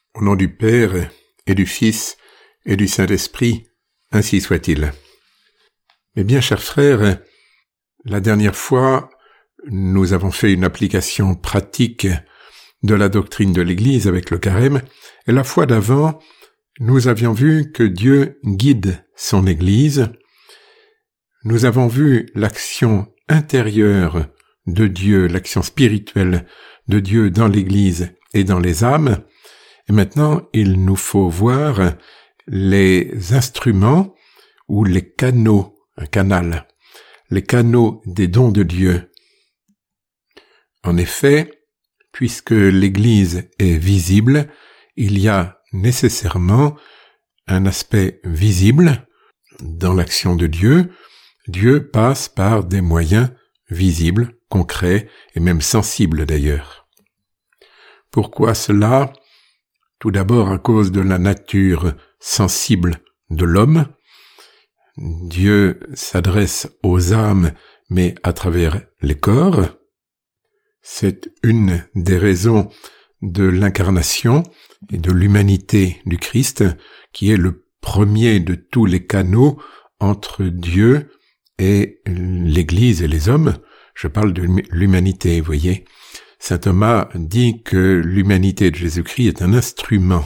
Au nom du Père, et du Fils, et du Saint-Esprit, ainsi soit-il. Mes bien chers frères, la dernière fois, nous avons fait une application pratique de la doctrine de l'Église avec le carême, et la fois d'avant, nous avions vu que Dieu guide son Église. Nous avons vu l'action intérieure de Dieu, l'action spirituelle de Dieu dans l'Église et dans les âmes. Et maintenant, il nous faut voir les instruments ou les canaux, un canal, les canaux des dons de Dieu. En effet, puisque l'Église est visible, il y a nécessairement un aspect visible dans l'action de Dieu. Dieu passe par des moyens visibles, concrets et même sensibles d'ailleurs. Pourquoi cela ? Tout d'abord à cause de la nature sensible de l'homme. Dieu s'adresse aux âmes, mais à travers les corps. C'est une des raisons de l'incarnation et de l'humanité du Christ, qui est le premier de tous les canaux entre Dieu et l'Église et les hommes. Je parle de l'humanité, vous voyez. Saint Thomas dit que l'humanité de Jésus-Christ est un instrument.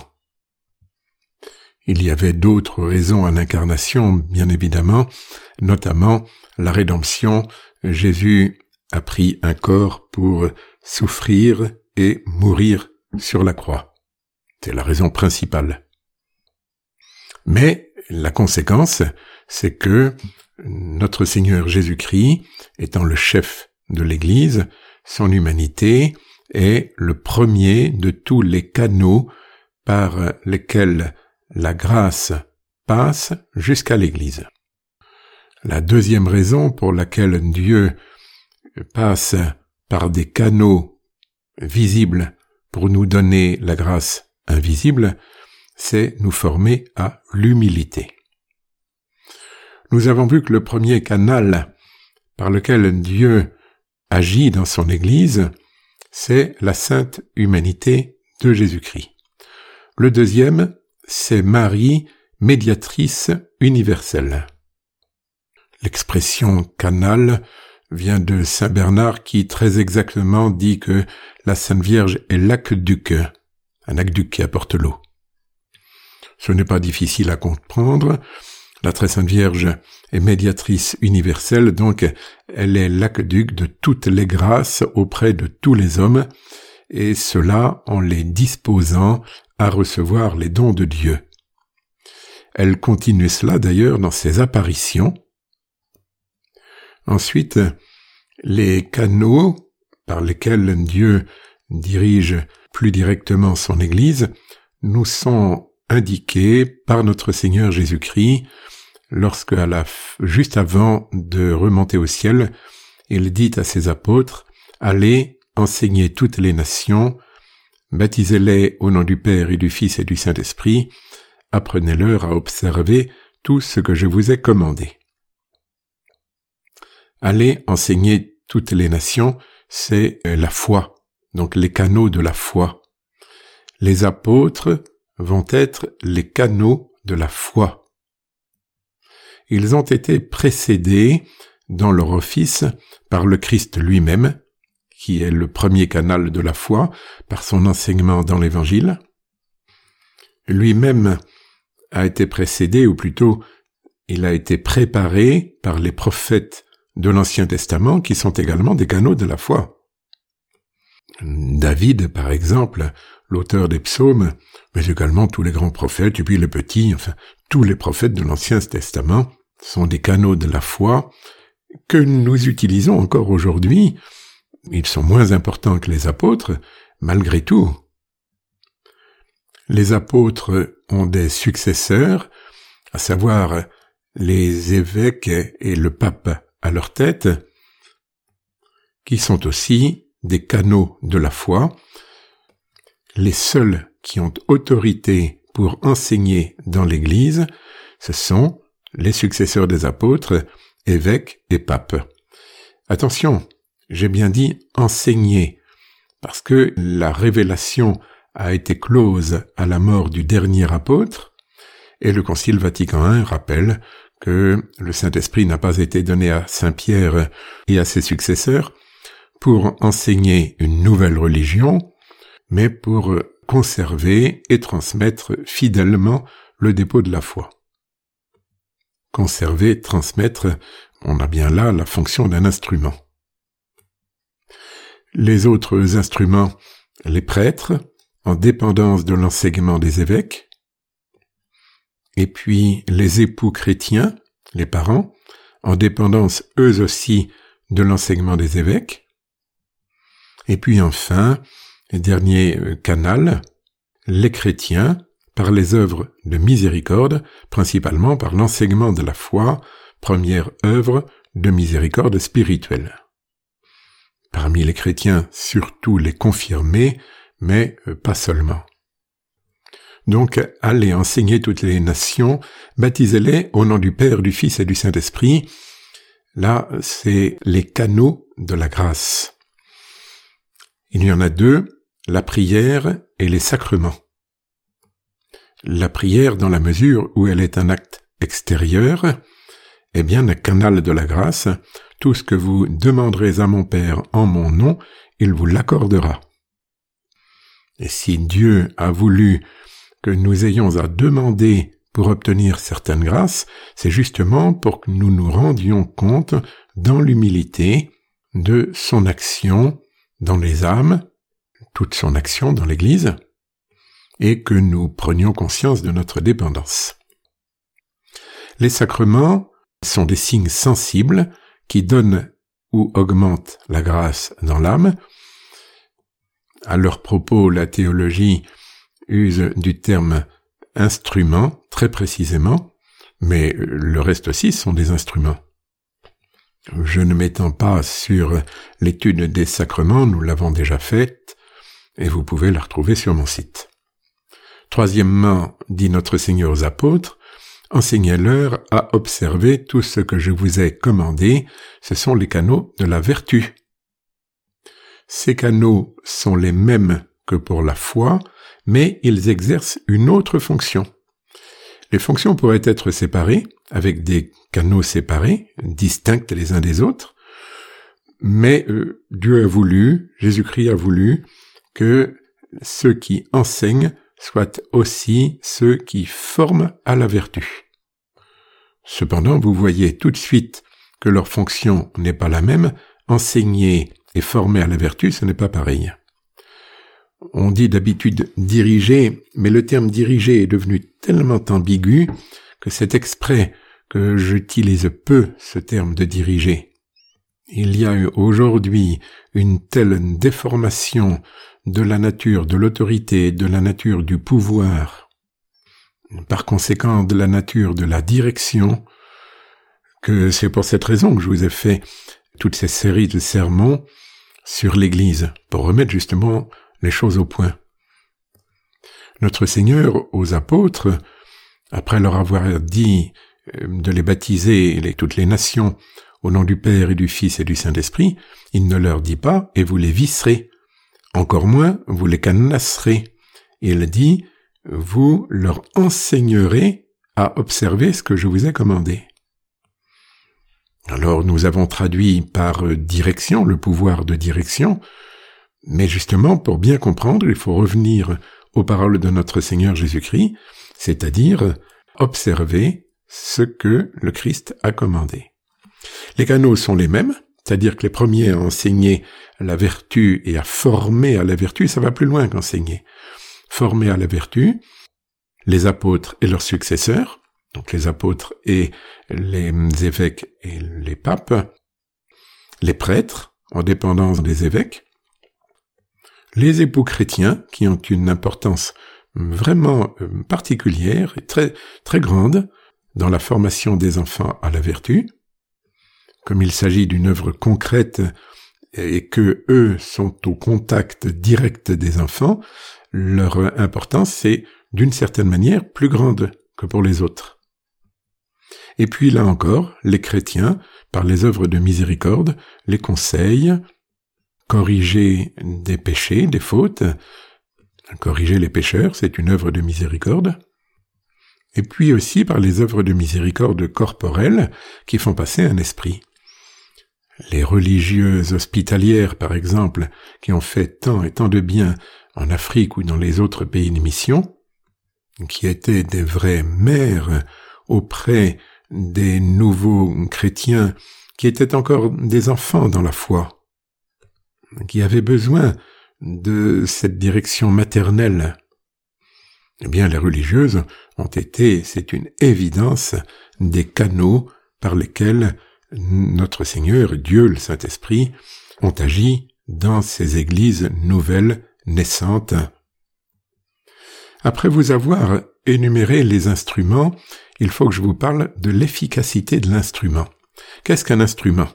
Il y avait d'autres raisons à l'incarnation, bien évidemment, notamment la rédemption. Jésus a pris un corps pour souffrir et mourir sur la croix. C'est la raison principale. Mais la conséquence, c'est que notre Seigneur Jésus-Christ, étant le chef de l'Église, son humanité est le premier de tous les canaux par lesquels la grâce passe jusqu'à l'Église. La deuxième raison pour laquelle Dieu passe par des canaux visibles pour nous donner la grâce invisible, c'est nous former à l'humilité. Nous avons vu que le premier canal par lequel Dieu agit dans son Église, c'est la sainte humanité de Jésus-Christ. Le deuxième, c'est Marie, médiatrice universelle. L'expression canal vient de saint Bernard qui très exactement dit que la Sainte Vierge est l'aqueduc, un aqueduc qui apporte l'eau. Ce n'est pas difficile à comprendre. La très sainte Vierge est médiatrice universelle, donc elle est l'aqueduc de toutes les grâces auprès de tous les hommes, et cela en les disposant à recevoir les dons de Dieu. Elle continue cela d'ailleurs dans ses apparitions. Ensuite, les canaux par lesquels Dieu dirige plus directement son Église nous sont indiqués par notre Seigneur Jésus-Christ lorsque, juste avant de remonter au ciel, il dit à ses apôtres « Allez, enseignez toutes les nations, baptisez-les au nom du Père et du Fils et du Saint-Esprit, apprenez-leur à observer tout ce que je vous ai commandé. » Allez, enseigner toutes les nations, c'est la foi, donc les canaux de la foi. Les apôtres vont être les canaux de la foi. Ils ont été précédés dans leur office par le Christ lui-même, qui est le premier canal de la foi, par son enseignement dans l'Évangile. Lui-même a été précédé, ou plutôt, il a été préparé par les prophètes de l'Ancien Testament, qui sont également des canaux de la foi. David, par exemple, l'auteur des psaumes, mais également tous les grands prophètes, et puis les petits, enfin, tous les prophètes de l'Ancien Testament sont des canaux de la foi que nous utilisons encore aujourd'hui. Ils sont moins importants que les apôtres, malgré tout. Les apôtres ont des successeurs, à savoir les évêques et le pape à leur tête, qui sont aussi des canaux de la foi. Les seuls qui ont autorité pour enseigner dans l'Église, ce sont les successeurs des apôtres, évêques et papes. Attention, j'ai bien dit enseigner, parce que la révélation a été close à la mort du dernier apôtre, et le Concile Vatican I rappelle que le Saint-Esprit n'a pas été donné à Saint Pierre et à ses successeurs pour enseigner une nouvelle religion, mais pour conserver et transmettre fidèlement le dépôt de la foi. Conserver, transmettre, on a bien là la fonction d'un instrument. Les autres instruments, les prêtres, en dépendance de l'enseignement des évêques, et puis les époux chrétiens, les parents, en dépendance eux aussi de l'enseignement des évêques, et puis enfin, le dernier canal, les chrétiens, par les œuvres de miséricorde, principalement par l'enseignement de la foi, première œuvre de miséricorde spirituelle. Parmi les chrétiens, surtout les confirmés, mais pas seulement. Donc, allez enseigner toutes les nations, baptisez-les au nom du Père, du Fils et du Saint-Esprit. Là, c'est les canaux de la grâce. Il y en a deux, la prière et les sacrements. La prière, dans la mesure où elle est un acte extérieur, est bien un canal de la grâce. Tout ce que vous demanderez à mon Père en mon nom, il vous l'accordera. Et si Dieu a voulu que nous ayons à demander pour obtenir certaines grâces, c'est justement pour que nous nous rendions compte dans l'humilité de son action dans les âmes, toute son action dans l'Église, et que nous prenions conscience de notre dépendance. Les sacrements sont des signes sensibles qui donnent ou augmentent la grâce dans l'âme. À leur propos, la théologie use du terme instrument très précisément, mais le reste aussi sont des instruments. Je ne m'étends pas sur l'étude des sacrements, nous l'avons déjà faite, et vous pouvez la retrouver sur mon site. Troisièmement, dit notre Seigneur aux apôtres, enseignez-leur à observer tout ce que je vous ai commandé, ce sont les canaux de la vertu. Ces canaux sont les mêmes que pour la foi, mais ils exercent une autre fonction. Les fonctions pourraient être séparées, avec des canaux séparés, distincts les uns des autres, mais Dieu a voulu, Jésus-Christ a voulu, que ceux qui enseignent soient aussi ceux qui forment à la vertu. Cependant, vous voyez tout de suite que leur fonction n'est pas la même. Enseigner et former à la vertu, ce n'est pas pareil. On dit d'habitude diriger, mais le terme diriger est devenu tellement ambigu que c'est exprès que j'utilise peu ce terme de diriger. Il y a aujourd'hui une telle déformation de la nature de l'autorité, de la nature du pouvoir, par conséquent de la nature de la direction, que c'est pour cette raison que je vous ai fait toutes ces séries de sermons sur l'Église, pour remettre justement les choses au point. Notre Seigneur, aux apôtres, après leur avoir dit de les baptiser, toutes les nations, au nom du Père et du Fils et du Saint-Esprit, il ne leur dit pas « et vous les visserez ». Encore moins, vous les canasserez. Il dit, vous leur enseignerez à observer ce que je vous ai commandé. Alors nous avons traduit par direction, le pouvoir de direction, mais justement, pour bien comprendre, il faut revenir aux paroles de notre Seigneur Jésus-Christ, c'est-à-dire observer ce que le Christ a commandé. Les canaux sont les mêmes, c'est-à-dire que les premiers à enseigner la vertu et à former à la vertu, ça va plus loin qu'enseigner. Former à la vertu, les apôtres et leurs successeurs, donc les apôtres et les évêques et les papes, les prêtres, en dépendance des évêques, les époux chrétiens, qui ont une importance vraiment particulière et très, très grande dans la formation des enfants à la vertu, comme il s'agit d'une œuvre concrète et que eux sont au contact direct des enfants, leur importance est d'une certaine manière plus grande que pour les autres. Et puis là encore, les chrétiens, par les œuvres de miséricorde, les conseillent, corriger des péchés, des fautes, Corriger les pécheurs, c'est une œuvre de miséricorde. Et puis aussi par les œuvres de miséricorde corporelles qui font passer un esprit. Les religieuses hospitalières, par exemple, qui ont fait tant et tant de bien en Afrique ou dans les autres pays de mission, qui étaient des vraies mères auprès des nouveaux chrétiens qui étaient encore des enfants dans la foi, qui avaient besoin de cette direction maternelle. Eh bien, les religieuses ont été, c'est une évidence, des canaux par lesquels notre Seigneur, Dieu, le Saint-Esprit, ont agi dans ces églises nouvelles, naissantes. Après vous avoir énuméré les instruments, il faut que je vous parle de l'efficacité de l'instrument. Qu'est-ce qu'un instrument?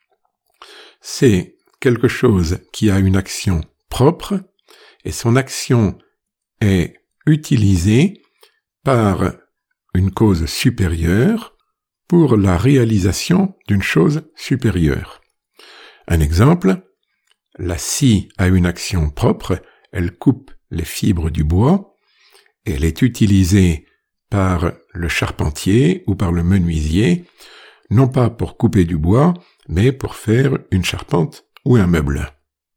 C'est quelque chose qui a une action propre, et son action est utilisée par une cause supérieure pour la réalisation d'une chose supérieure. Un exemple, la scie a une action propre, elle coupe les fibres du bois, et elle est utilisée par le charpentier ou par le menuisier, non pas pour couper du bois, mais pour faire une charpente ou un meuble.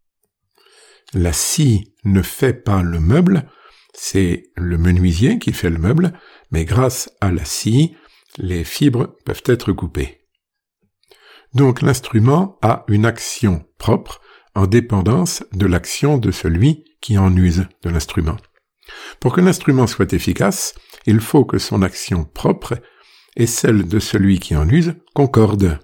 La scie ne fait pas le meuble, c'est le menuisier qui fait le meuble, mais grâce à la scie, les fibres peuvent être coupées. Donc l'instrument a une action propre en dépendance de l'action de celui qui en use de l'instrument. Pour que l'instrument soit efficace, il faut que son action propre et celle de celui qui en use concordent.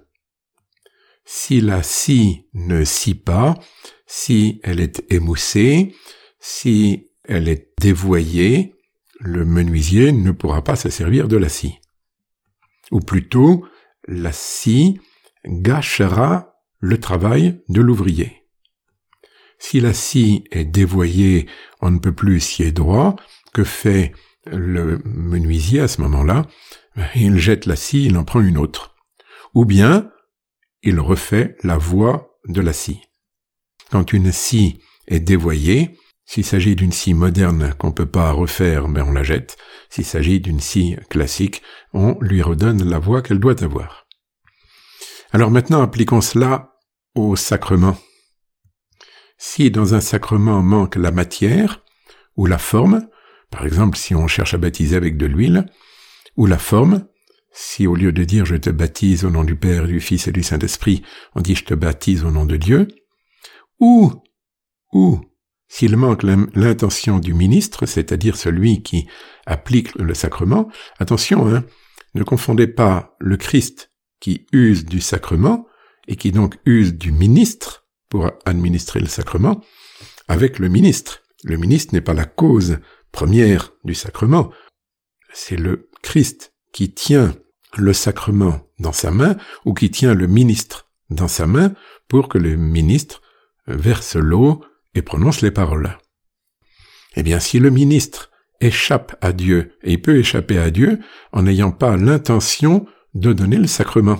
Si la scie ne scie pas, si elle est émoussée, si elle est dévoyée, le menuisier ne pourra pas se servir de la scie. Ou plutôt, la scie gâchera le travail de l'ouvrier. Si la scie est dévoyée, on ne peut plus scier droit. Que fait le menuisier à ce moment-là? Il jette la scie, il en prend une autre. Ou bien, il refait la voie de la scie. Quand une scie est dévoyée, s'il s'agit d'une scie moderne qu'on ne peut pas refaire, on la jette. S'il s'agit d'une scie classique, on lui redonne la voie qu'elle doit avoir. Alors maintenant, appliquons cela au sacrement. Si dans un sacrement manque la matière ou la forme, par exemple si on cherche à baptiser avec de l'huile, ou la forme, si au lieu de dire « je te baptise au nom du Père, du Fils et du Saint-Esprit », on dit « je te baptise au nom de Dieu », ou s'il manque l'intention du ministre, c'est-à-dire celui qui applique le sacrement, attention, ne confondez pas le Christ qui use du sacrement et qui donc use du ministre pour administrer le sacrement avec le ministre. Le ministre n'est pas la cause première du sacrement, c'est le Christ qui tient le sacrement dans sa main ou qui tient le ministre dans sa main pour que le ministre verse l'eau et prononce les paroles. Eh bien, si le ministre échappe à Dieu, et il peut échapper à Dieu en n'ayant pas l'intention de donner le sacrement.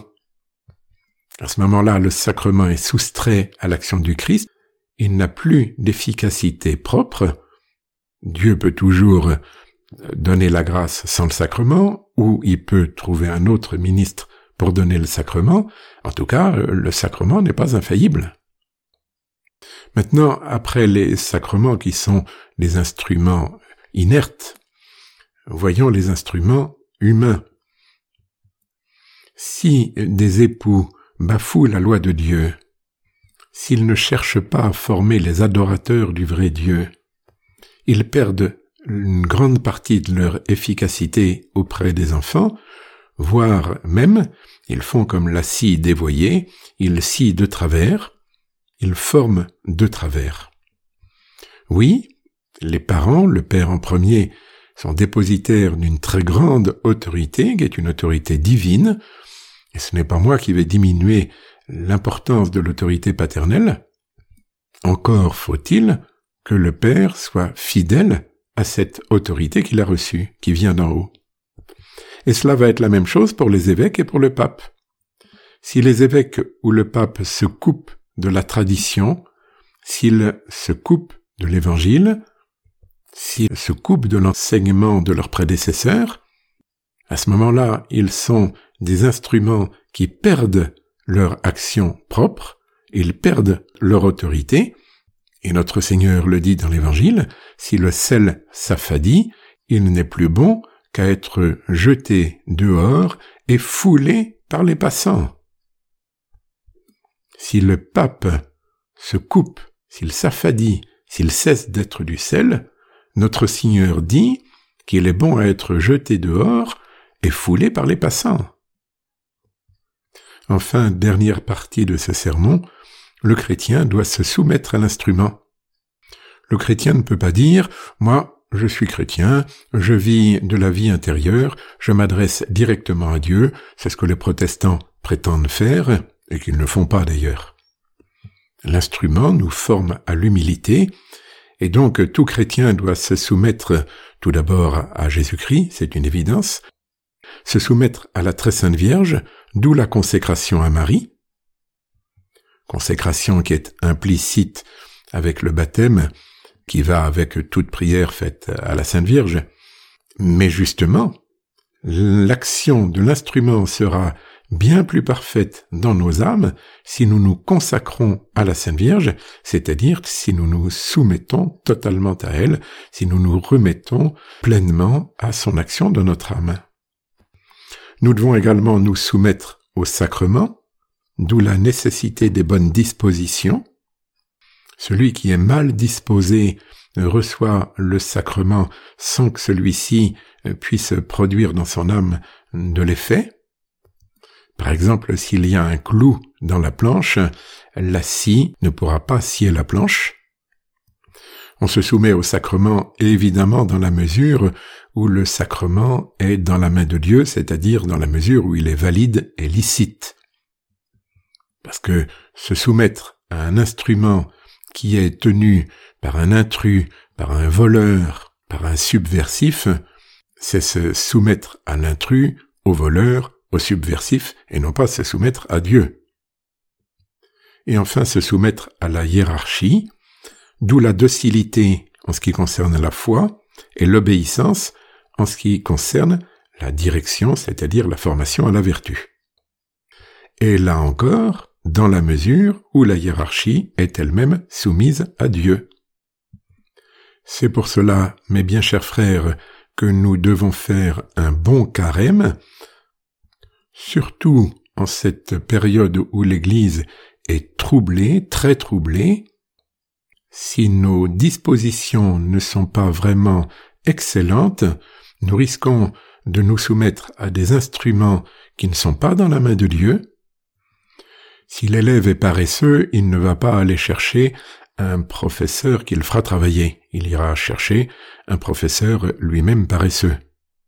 À ce moment-là, le sacrement est soustrait à l'action du Christ, il n'a plus d'efficacité propre. Dieu peut toujours donner la grâce sans le sacrement, ou il peut trouver un autre ministre pour donner le sacrement. En tout cas, le sacrement n'est pas infaillible. Maintenant, après les sacrements qui sont des instruments inertes, voyons les instruments humains. Si des époux bafouent la loi de Dieu, s'ils ne cherchent pas à former les adorateurs du vrai Dieu, ils perdent une grande partie de leur efficacité auprès des enfants, voire même, ils font comme la scie dévoyée, ils scient de travers, ils forment de travers. Oui, les parents, le père en premier, sont dépositaires d'une très grande autorité, qui est une autorité divine, et ce n'est pas moi qui vais diminuer l'importance de l'autorité paternelle. Encore faut-il que le père soit fidèle à cette autorité qu'il a reçue, qui vient d'en haut. Et cela va être la même chose pour les évêques et pour le pape. Si les évêques ou le pape se coupent de la tradition, s'ils se coupent de l'évangile, s'ils se coupent de l'enseignement de leurs prédécesseurs, à ce moment-là, ils sont des instruments qui perdent leur action propre, ils perdent leur autorité, et notre Seigneur le dit dans l'Évangile, si le sel s'affadit, il n'est plus bon qu'à être jeté dehors et foulé par les passants. Si le pape se coupe, s'il s'affadit, s'il cesse d'être du sel, notre Seigneur dit qu'il est bon à être jeté dehors et foulé par les passants. Enfin, dernière partie de ce sermon, le chrétien doit se soumettre à l'instrument. Le chrétien ne peut pas dire « Moi, je suis chrétien, je vis de la vie intérieure, je m'adresse directement à Dieu », c'est ce que les protestants prétendent faire, et qu'ils ne font pas d'ailleurs. L'instrument nous forme à l'humilité, et donc tout chrétien doit se soumettre tout d'abord à Jésus-Christ, c'est une évidence, se soumettre à la très sainte Vierge, d'où la consécration à Marie, consécration qui est implicite avec le baptême, qui va avec toute prière faite à la Sainte Vierge. Mais justement, l'action de l'instrument sera bien plus parfaite dans nos âmes si nous nous consacrons à la Sainte Vierge, c'est-à-dire si nous nous soumettons totalement à elle, si nous nous remettons pleinement à son action dans notre âme. Nous devons également nous soumettre au sacrement, d'où la nécessité des bonnes dispositions. Celui qui est mal disposé reçoit le sacrement sans que celui-ci puisse produire dans son âme de l'effet. Par exemple, s'il y a un clou dans la planche, la scie ne pourra pas scier la planche. On se soumet au sacrement évidemment dans la mesure où le sacrement est dans la main de Dieu, c'est-à-dire dans la mesure où il est valide et licite. Parce que se soumettre à un instrument qui est tenu par un intrus, par un voleur, par un subversif, c'est se soumettre à l'intrus, au voleur, au subversif, et non pas se soumettre à Dieu. Et enfin se soumettre à la hiérarchie, d'où la docilité en ce qui concerne la foi, et l'obéissance en ce qui concerne la direction, c'est-à-dire la formation à la vertu. Et là encore, dans la mesure où la hiérarchie est elle-même soumise à Dieu. C'est pour cela, mes bien chers frères, que nous devons faire un bon carême, surtout en cette période où l'Église est troublée, très troublée. Si nos dispositions ne sont pas vraiment excellentes, nous risquons de nous soumettre à des instruments qui ne sont pas dans la main de Dieu. Si l'élève est paresseux, il ne va pas aller chercher un professeur qui le fera travailler. Il ira chercher un professeur lui-même paresseux.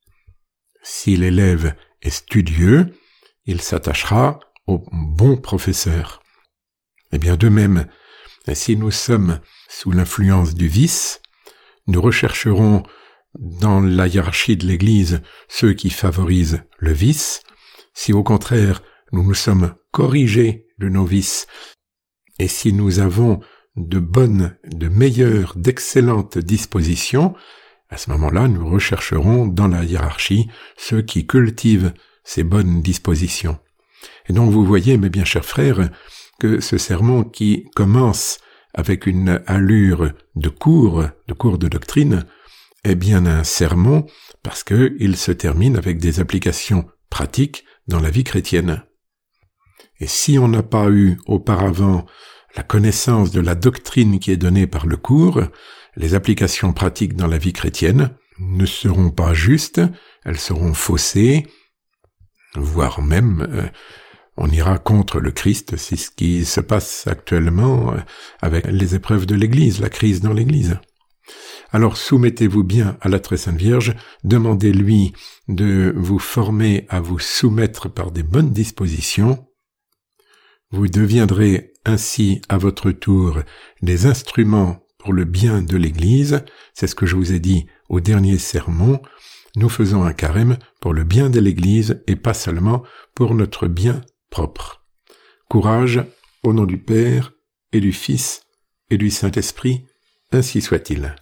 Si l'élève est studieux, il s'attachera au bon professeur. Eh bien, de même, si nous sommes sous l'influence du vice, nous rechercherons dans la hiérarchie de l'Église ceux qui favorisent le vice. Si au contraire, nous nous sommes corrigés de nos vices, et si nous avons de bonnes, de meilleures, d'excellentes dispositions, à ce moment-là, nous rechercherons dans la hiérarchie ceux qui cultivent ces bonnes dispositions. Et donc vous voyez, mes bien chers frères, que ce sermon qui commence avec une allure de cours de doctrine, est bien un sermon parce qu'il se termine avec des applications pratiques dans la vie chrétienne. Et si on n'a pas eu auparavant la connaissance de la doctrine qui est donnée par le cours, les applications pratiques dans la vie chrétienne ne seront pas justes, elles seront faussées, voire même on ira contre le Christ. C'est ce qui se passe actuellement avec les épreuves de l'Église, la crise dans l'Église. Alors soumettez-vous bien à la très sainte Vierge, demandez-lui de vous former à vous soumettre par des bonnes dispositions. Vous deviendrez ainsi à votre tour des instruments pour le bien de l'Église. C'est ce que je vous ai dit au dernier sermon. Nous faisons un carême pour le bien de l'Église et pas seulement pour notre bien propre. Courage, au nom du Père et du Fils et du Saint-Esprit, ainsi soit-il.